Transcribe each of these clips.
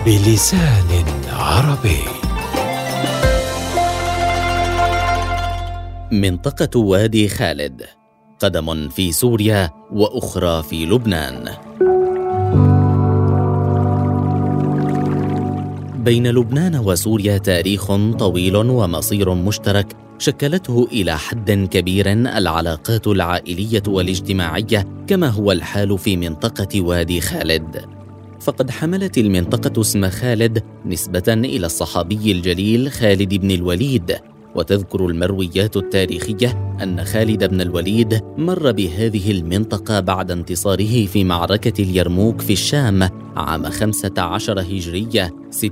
بلسان عربي. منطقة وادي خالد، قدم في سوريا وأخرى في لبنان. بين لبنان وسوريا تاريخ طويل ومصير مشترك شكلته إلى حد كبير العلاقات العائلية والاجتماعية، كما هو الحال في منطقة وادي خالد. فقد حملت المنطقة اسم خالد نسبة إلى الصحابي الجليل خالد بن الوليد، وتذكر المرويات التاريخية أن خالد بن الوليد مر بهذه المنطقة بعد انتصاره في معركة اليرموك في الشام عام 15 هجرية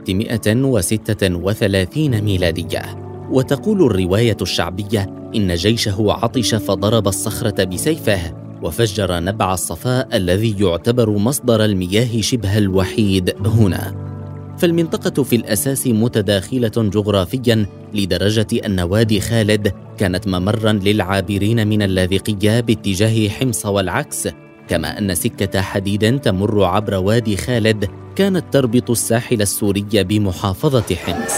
636 ميلادية. وتقول الرواية الشعبية إن جيشه عطش فضرب الصخرة بسيفه وفجر نبع الصفاء الذي يعتبر مصدر المياه شبه الوحيد هنا. فالمنطقة في الأساس متداخلة جغرافياً لدرجة أن وادي خالد كانت ممراً للعابرين من اللاذقية باتجاه حمص والعكس، كما أن سكة حديد تمر عبر وادي خالد كانت تربط الساحل السوري بمحافظة حمص.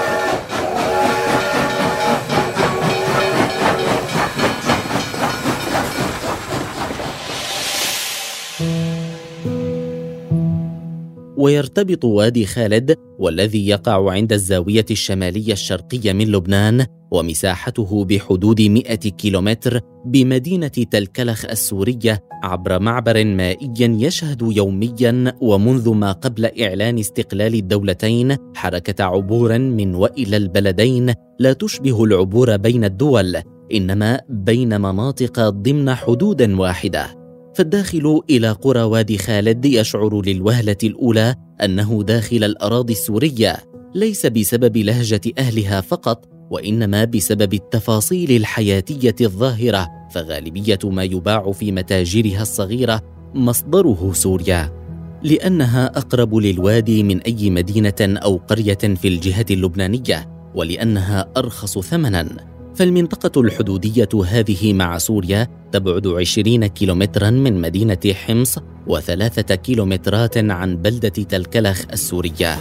ويرتبط وادي خالد والذي يقع عند الزاوية الشمالية الشرقية من لبنان ومساحته بحدود 100 كيلومتر بمدينة تلكلخ السورية عبر معبر مائي يشهد يومياً ومنذ ما قبل إعلان استقلال الدولتين حركة عبور من وإلى البلدين لا تشبه العبور بين الدول، إنما بين مناطق ضمن حدود واحدة. فالداخل إلى قرى وادي خالد يشعر للوهلة الأولى أنه داخل الأراضي السورية، ليس بسبب لهجة أهلها فقط، وإنما بسبب التفاصيل الحياتية الظاهرة، فغالبية ما يباع في متاجرها الصغيرة مصدره سوريا، لأنها أقرب للوادي من أي مدينة أو قرية في الجهة اللبنانية، ولأنها أرخص ثمناً. فالمنطقة الحدودية هذه مع سوريا تبعد 20 كيلومتراً من مدينة حمص و3 كيلومترات عن بلدة تلكلخ السورية.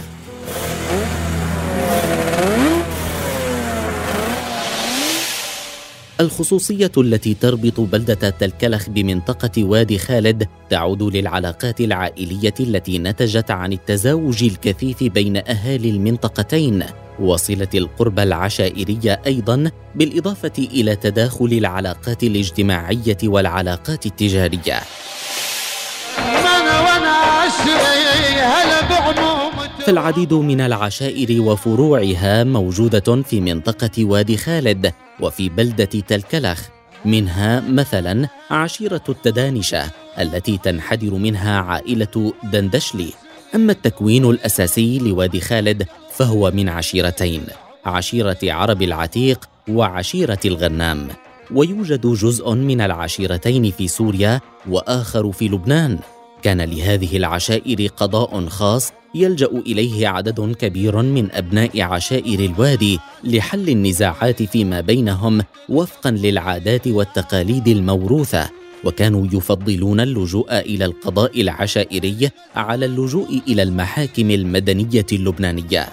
الخصوصية التي تربط بلدة تلكلخ بمنطقة وادي خالد تعود للعلاقات العائلية التي نتجت عن التزاوج الكثيف بين أهالي المنطقتين، وصلة القربة العشائرية أيضاً، بالإضافة إلى تداخل العلاقات الاجتماعية والعلاقات التجارية. فالعديد من العشائر وفروعها موجودة في منطقة وادي خالد وفي بلدة تلكلخ، منها مثلاً عشيرة التدانشة التي تنحدر منها عائلة دندشلي. أما التكوين الأساسي لوادي خالد فهو من عشيرتين، عشيرة عرب العتيق وعشيرة الغنام، ويوجد جزء من العشيرتين في سوريا وآخر في لبنان. كان لهذه العشائر قضاء خاص يلجأ إليه عدد كبير من أبناء عشائر الوادي لحل النزاعات فيما بينهم وفقاً للعادات والتقاليد الموروثة، وكانوا يفضلون اللجوء إلى القضاء العشائري على اللجوء إلى المحاكم المدنية اللبنانية.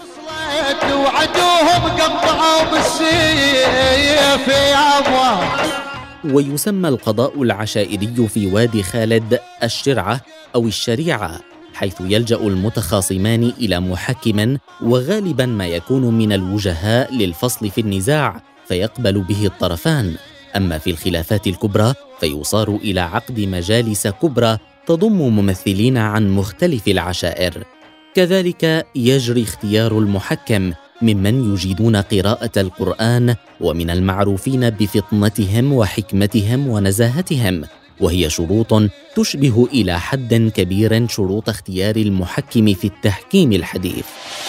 ويسمى القضاء العشائري في وادي خالد الشرعة أو الشريعة، حيث يلجأ المتخاصمان إلى محكم وغالباً ما يكون من الوجهاء للفصل في النزاع فيقبل به الطرفان. أما في الخلافات الكبرى فيصار إلى عقد مجالس كبرى تضم ممثلين عن مختلف العشائر. كذلك يجري اختيار المحكم ممن يجيدون قراءة القرآن ومن المعروفين بفطنتهم وحكمتهم ونزاهتهم، وهي شروط تشبه إلى حد كبير شروط اختيار المحكم في التحكيم الحديث.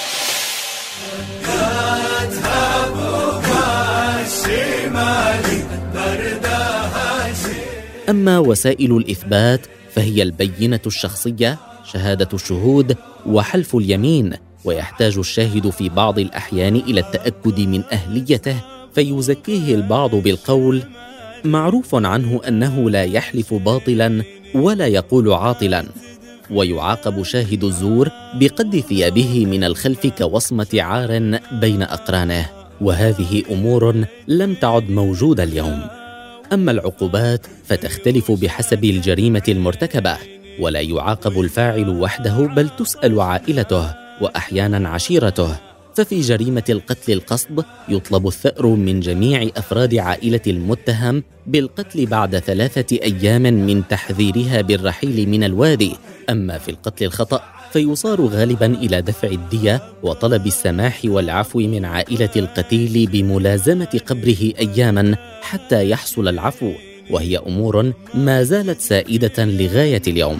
أما وسائل الإثبات فهي البينة الشخصية، شهادة الشهود، وحلف اليمين، ويحتاج الشاهد في بعض الأحيان إلى التأكد من أهليته فيزكيه البعض بالقول: معروف عنه أنه لا يحلف باطلاً ولا يقول عاطلاً. ويعاقب شاهد الزور بقد ثيابه من الخلف كوصمة عار بين أقرانه، وهذه أمور لم تعد موجودة اليوم. أما العقوبات فتختلف بحسب الجريمة المرتكبة، ولا يعاقب الفاعل وحده بل تسأل عائلته وأحياناً عشيرته. ففي جريمة القتل القصد يطلب الثأر من جميع أفراد عائلة المتهم بالقتل بعد 3 أيام من تحذيرها بالرحيل من الوادي. أما في القتل الخطأ فيصار غالباً إلى دفع الدية وطلب السماح والعفو من عائلة القتيل بملازمة قبره أياماً حتى يحصل العفو، وهي أمور ما زالت سائدة لغاية اليوم.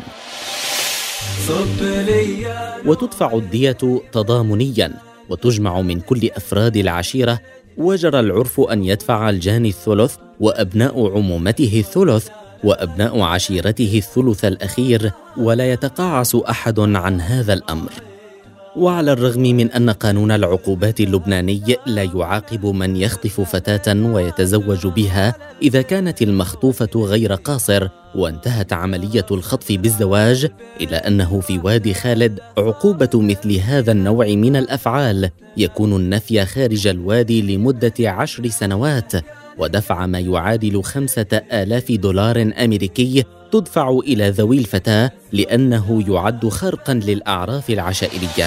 وتدفع الدية تضامنياً وتجمع من كل أفراد العشيرة، وجرى العرف أن يدفع الجاني الثلث وأبناء عمومته الثلث وأبناء عشيرته الثلث الأخير، ولا يتقاعس أحد عن هذا الأمر. وعلى الرغم من أن قانون العقوبات اللبناني لا يعاقب من يخطف فتاة ويتزوج بها إذا كانت المخطوفة غير قاصر وانتهت عملية الخطف بالزواج، إلا أنه في وادي خالد عقوبة مثل هذا النوع من الأفعال يكون النفي خارج الوادي لمدة 10 سنوات، ودفع ما يعادل 5,000 دولار أمريكي تدفع إلى ذوي الفتاة لأنه يعد خرقاً للأعراف العشائرية.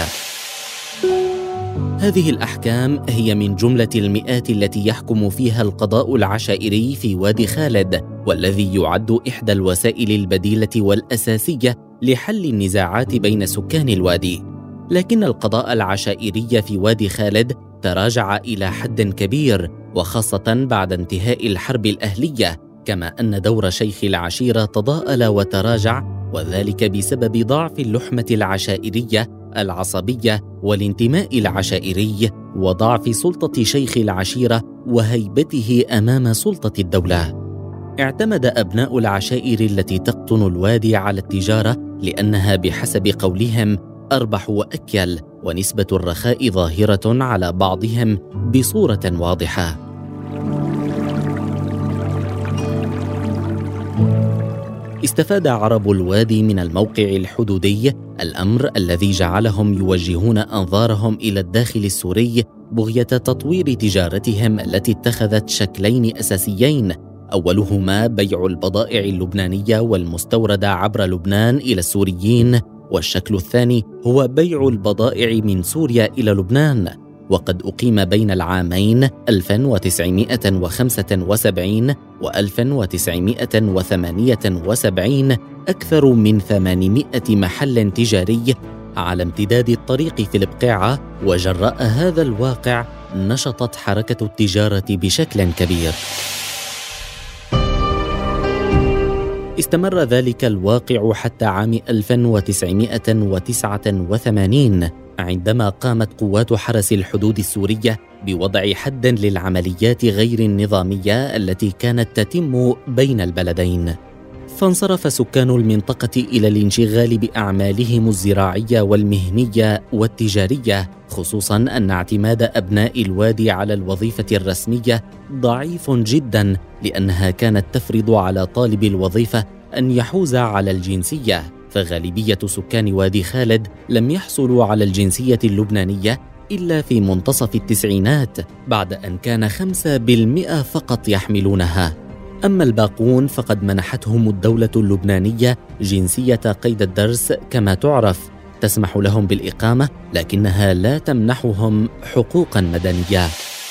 هذه الأحكام هي من جملة المئات التي يحكم فيها القضاء العشائري في وادي خالد، والذي يعد إحدى الوسائل البديلة والأساسية لحل النزاعات بين سكان الوادي. لكن القضاء العشائري في وادي خالد تراجع إلى حد كبير، وخاصة بعد انتهاء الحرب الأهلية، كما أن دور شيخ العشيرة تضاءل وتراجع، وذلك بسبب ضعف اللحمة العشائرية العصبية والانتماء العشائري، وضعف سلطة شيخ العشيرة وهيبته أمام سلطة الدولة. اعتمد أبناء العشائر التي تقطن الوادي على التجارة لأنها بحسب قولهم أربح وأكل، ونسبة الرخاء ظاهرة على بعضهم بصورة واضحة. استفاد عرب الوادي من الموقع الحدودي، الأمر الذي جعلهم يوجهون أنظارهم إلى الداخل السوري بغية تطوير تجارتهم التي اتخذت شكلين أساسيين، أولهما بيع البضائع اللبنانية والمستوردة عبر لبنان إلى السوريين، والشكل الثاني هو بيع البضائع من سوريا إلى لبنان. وقد أقيم بين العامين 1975 و 1978 أكثر من 800 محل تجاري على امتداد الطريق في البقيعة، وجراء هذا الواقع نشطت حركة التجارة بشكل كبير. استمر ذلك الواقع حتى عام 1989 عندما قامت قوات حرس الحدود السورية بوضع حد للعمليات غير النظامية التي كانت تتم بين البلدين. فانصرف سكان المنطقة إلى الانشغال بأعمالهم الزراعية والمهنية والتجارية، خصوصاً أن اعتماد أبناء الوادي على الوظيفة الرسمية ضعيف جداً، لأنها كانت تفرض على طالب الوظيفة أن يحوز على الجنسية، فغالبية سكان وادي خالد لم يحصلوا على الجنسية اللبنانية إلا في منتصف التسعينات، بعد أن كان 5% فقط يحملونها. أما الباقون فقد منحتهم الدولة اللبنانية جنسية قيد الدرس كما تعرف، تسمح لهم بالإقامة لكنها لا تمنحهم حقوقاً مدنية.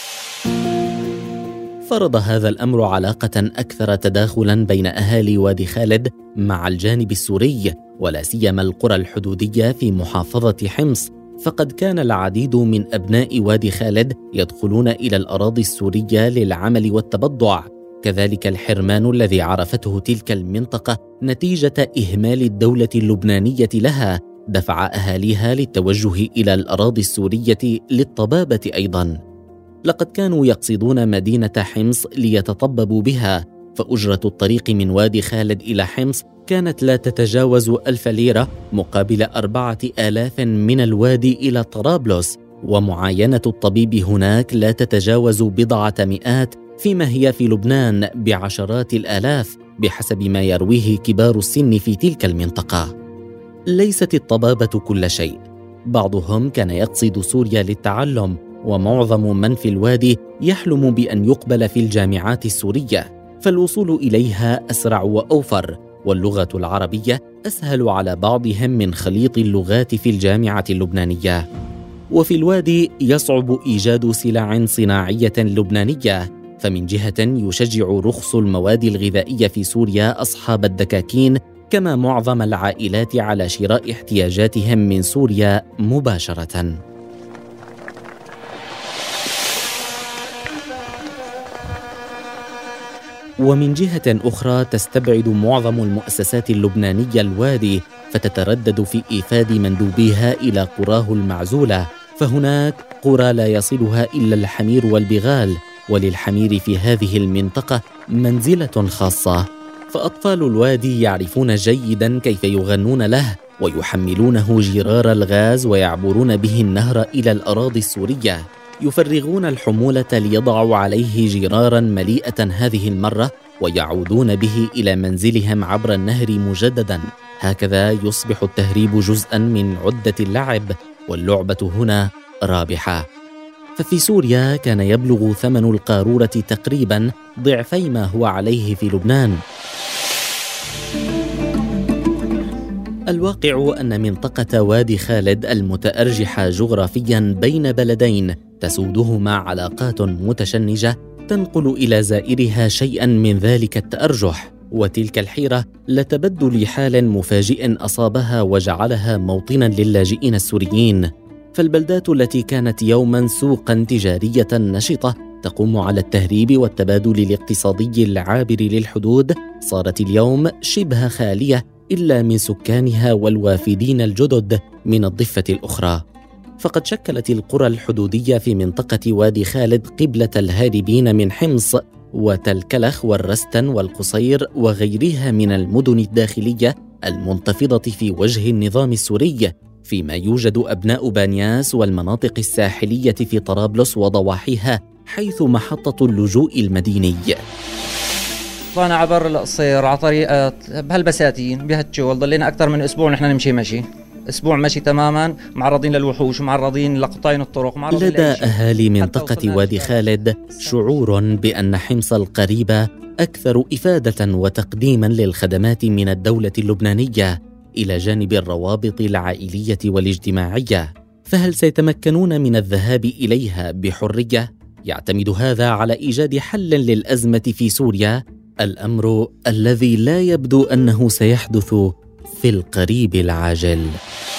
فرض هذا الأمر علاقة أكثر تداخلاً بين أهالي وادي خالد مع الجانب السوري، ولا سيما القرى الحدودية في محافظة حمص، فقد كان العديد من أبناء وادي خالد يدخلون إلى الأراضي السورية للعمل والتبضع. كذلك الحرمان الذي عرفته تلك المنطقة نتيجة إهمال الدولة اللبنانية لها دفع أهاليها للتوجه إلى الأراضي السورية للطبابة أيضاً. لقد كانوا يقصدون مدينة حمص ليتطببوا بها، فأجرة الطريق من وادي خالد إلى حمص كانت لا تتجاوز 1000 ليرة مقابل 4000 من الوادي إلى طرابلس، ومعاينة الطبيب هناك لا تتجاوز بضعة مئات، فيما هي في لبنان بعشرات الآلاف بحسب ما يرويه كبار السن في تلك المنطقة. ليست الطبابة كل شيء. بعضهم كان يقصد سوريا للتعلم، ومعظم من في الوادي يحلم بأن يقبل في الجامعات السورية، فالوصول إليها أسرع وأوفر، واللغة العربية أسهل على بعضهم من خليط اللغات في الجامعة اللبنانية. وفي الوادي يصعب إيجاد سلع صناعية لبنانية، فمن جهة يشجع رخص المواد الغذائية في سوريا أصحاب الدكاكين، كما معظم العائلات، على شراء احتياجاتهم من سوريا مباشرة. ومن جهة أخرى تستبعد معظم المؤسسات اللبنانية الوادي، فتتردد في إيفاد مندوبيها إلى قراه المعزولة، فهناك قرى لا يصلها إلا الحمير والبغال، وللحمير في هذه المنطقة منزلة خاصة، فأطفال الوادي يعرفون جيداً كيف يغنون له، ويحملونه جرار الغاز ويعبرون به النهر إلى الأراضي السورية. يفرغون الحمولة ليضعوا عليه جراراً مليئة هذه المرة، ويعودون به إلى منزلهم عبر النهر مجدداً. هكذا يصبح التهريب جزءاً من عدة اللعب، واللعبة هنا رابحة. ففي سوريا كان يبلغ ثمن القارورة تقريباً ضعفي ما هو عليه في لبنان. الواقع أن منطقة وادي خالد المتأرجحة جغرافياً بين بلدين تسودهما علاقات متشنجة تنقل إلى زائرها شيئاً من ذلك التأرجح، وتلك الحيرة لتبدل حال مفاجئ أصابها وجعلها موطناً للاجئين السوريين. فالبلدات التي كانت يوماً سوقاً تجارية نشطة تقوم على التهريب والتبادل الاقتصادي العابر للحدود، صارت اليوم شبه خالية إلا من سكانها والوافدين الجدد من الضفة الأخرى. فقد شكلت القرى الحدودية في منطقة وادي خالد قبلة الهاربين من حمص وتلكلخ والرستن والقصير وغيرها من المدن الداخلية المنتفضة في وجه النظام السوري، فيما يوجد أبناء بانياس والمناطق الساحلية في طرابلس وضواحيها حيث محطة اللجوء المديني. طلعنا عبر القصير على طريقات بهالبساتين بهالجول، ضلينا أكثر من أسبوع نحن نمشي مشي، أسبوع مشي تماماً، معرضين للوحوش ومعرضين لقطاين الطرق. لدى أهالي منطقة وادي خالد شعور بأن حمص القريبة أكثر إفادة وتقديماً للخدمات من الدولة اللبنانية، إلى جانب الروابط العائلية والاجتماعية. فهل سيتمكنون من الذهاب إليها بحرية؟ يعتمد هذا على إيجاد حل للأزمة في سوريا، الأمر الذي لا يبدو أنه سيحدث في القريب العاجل.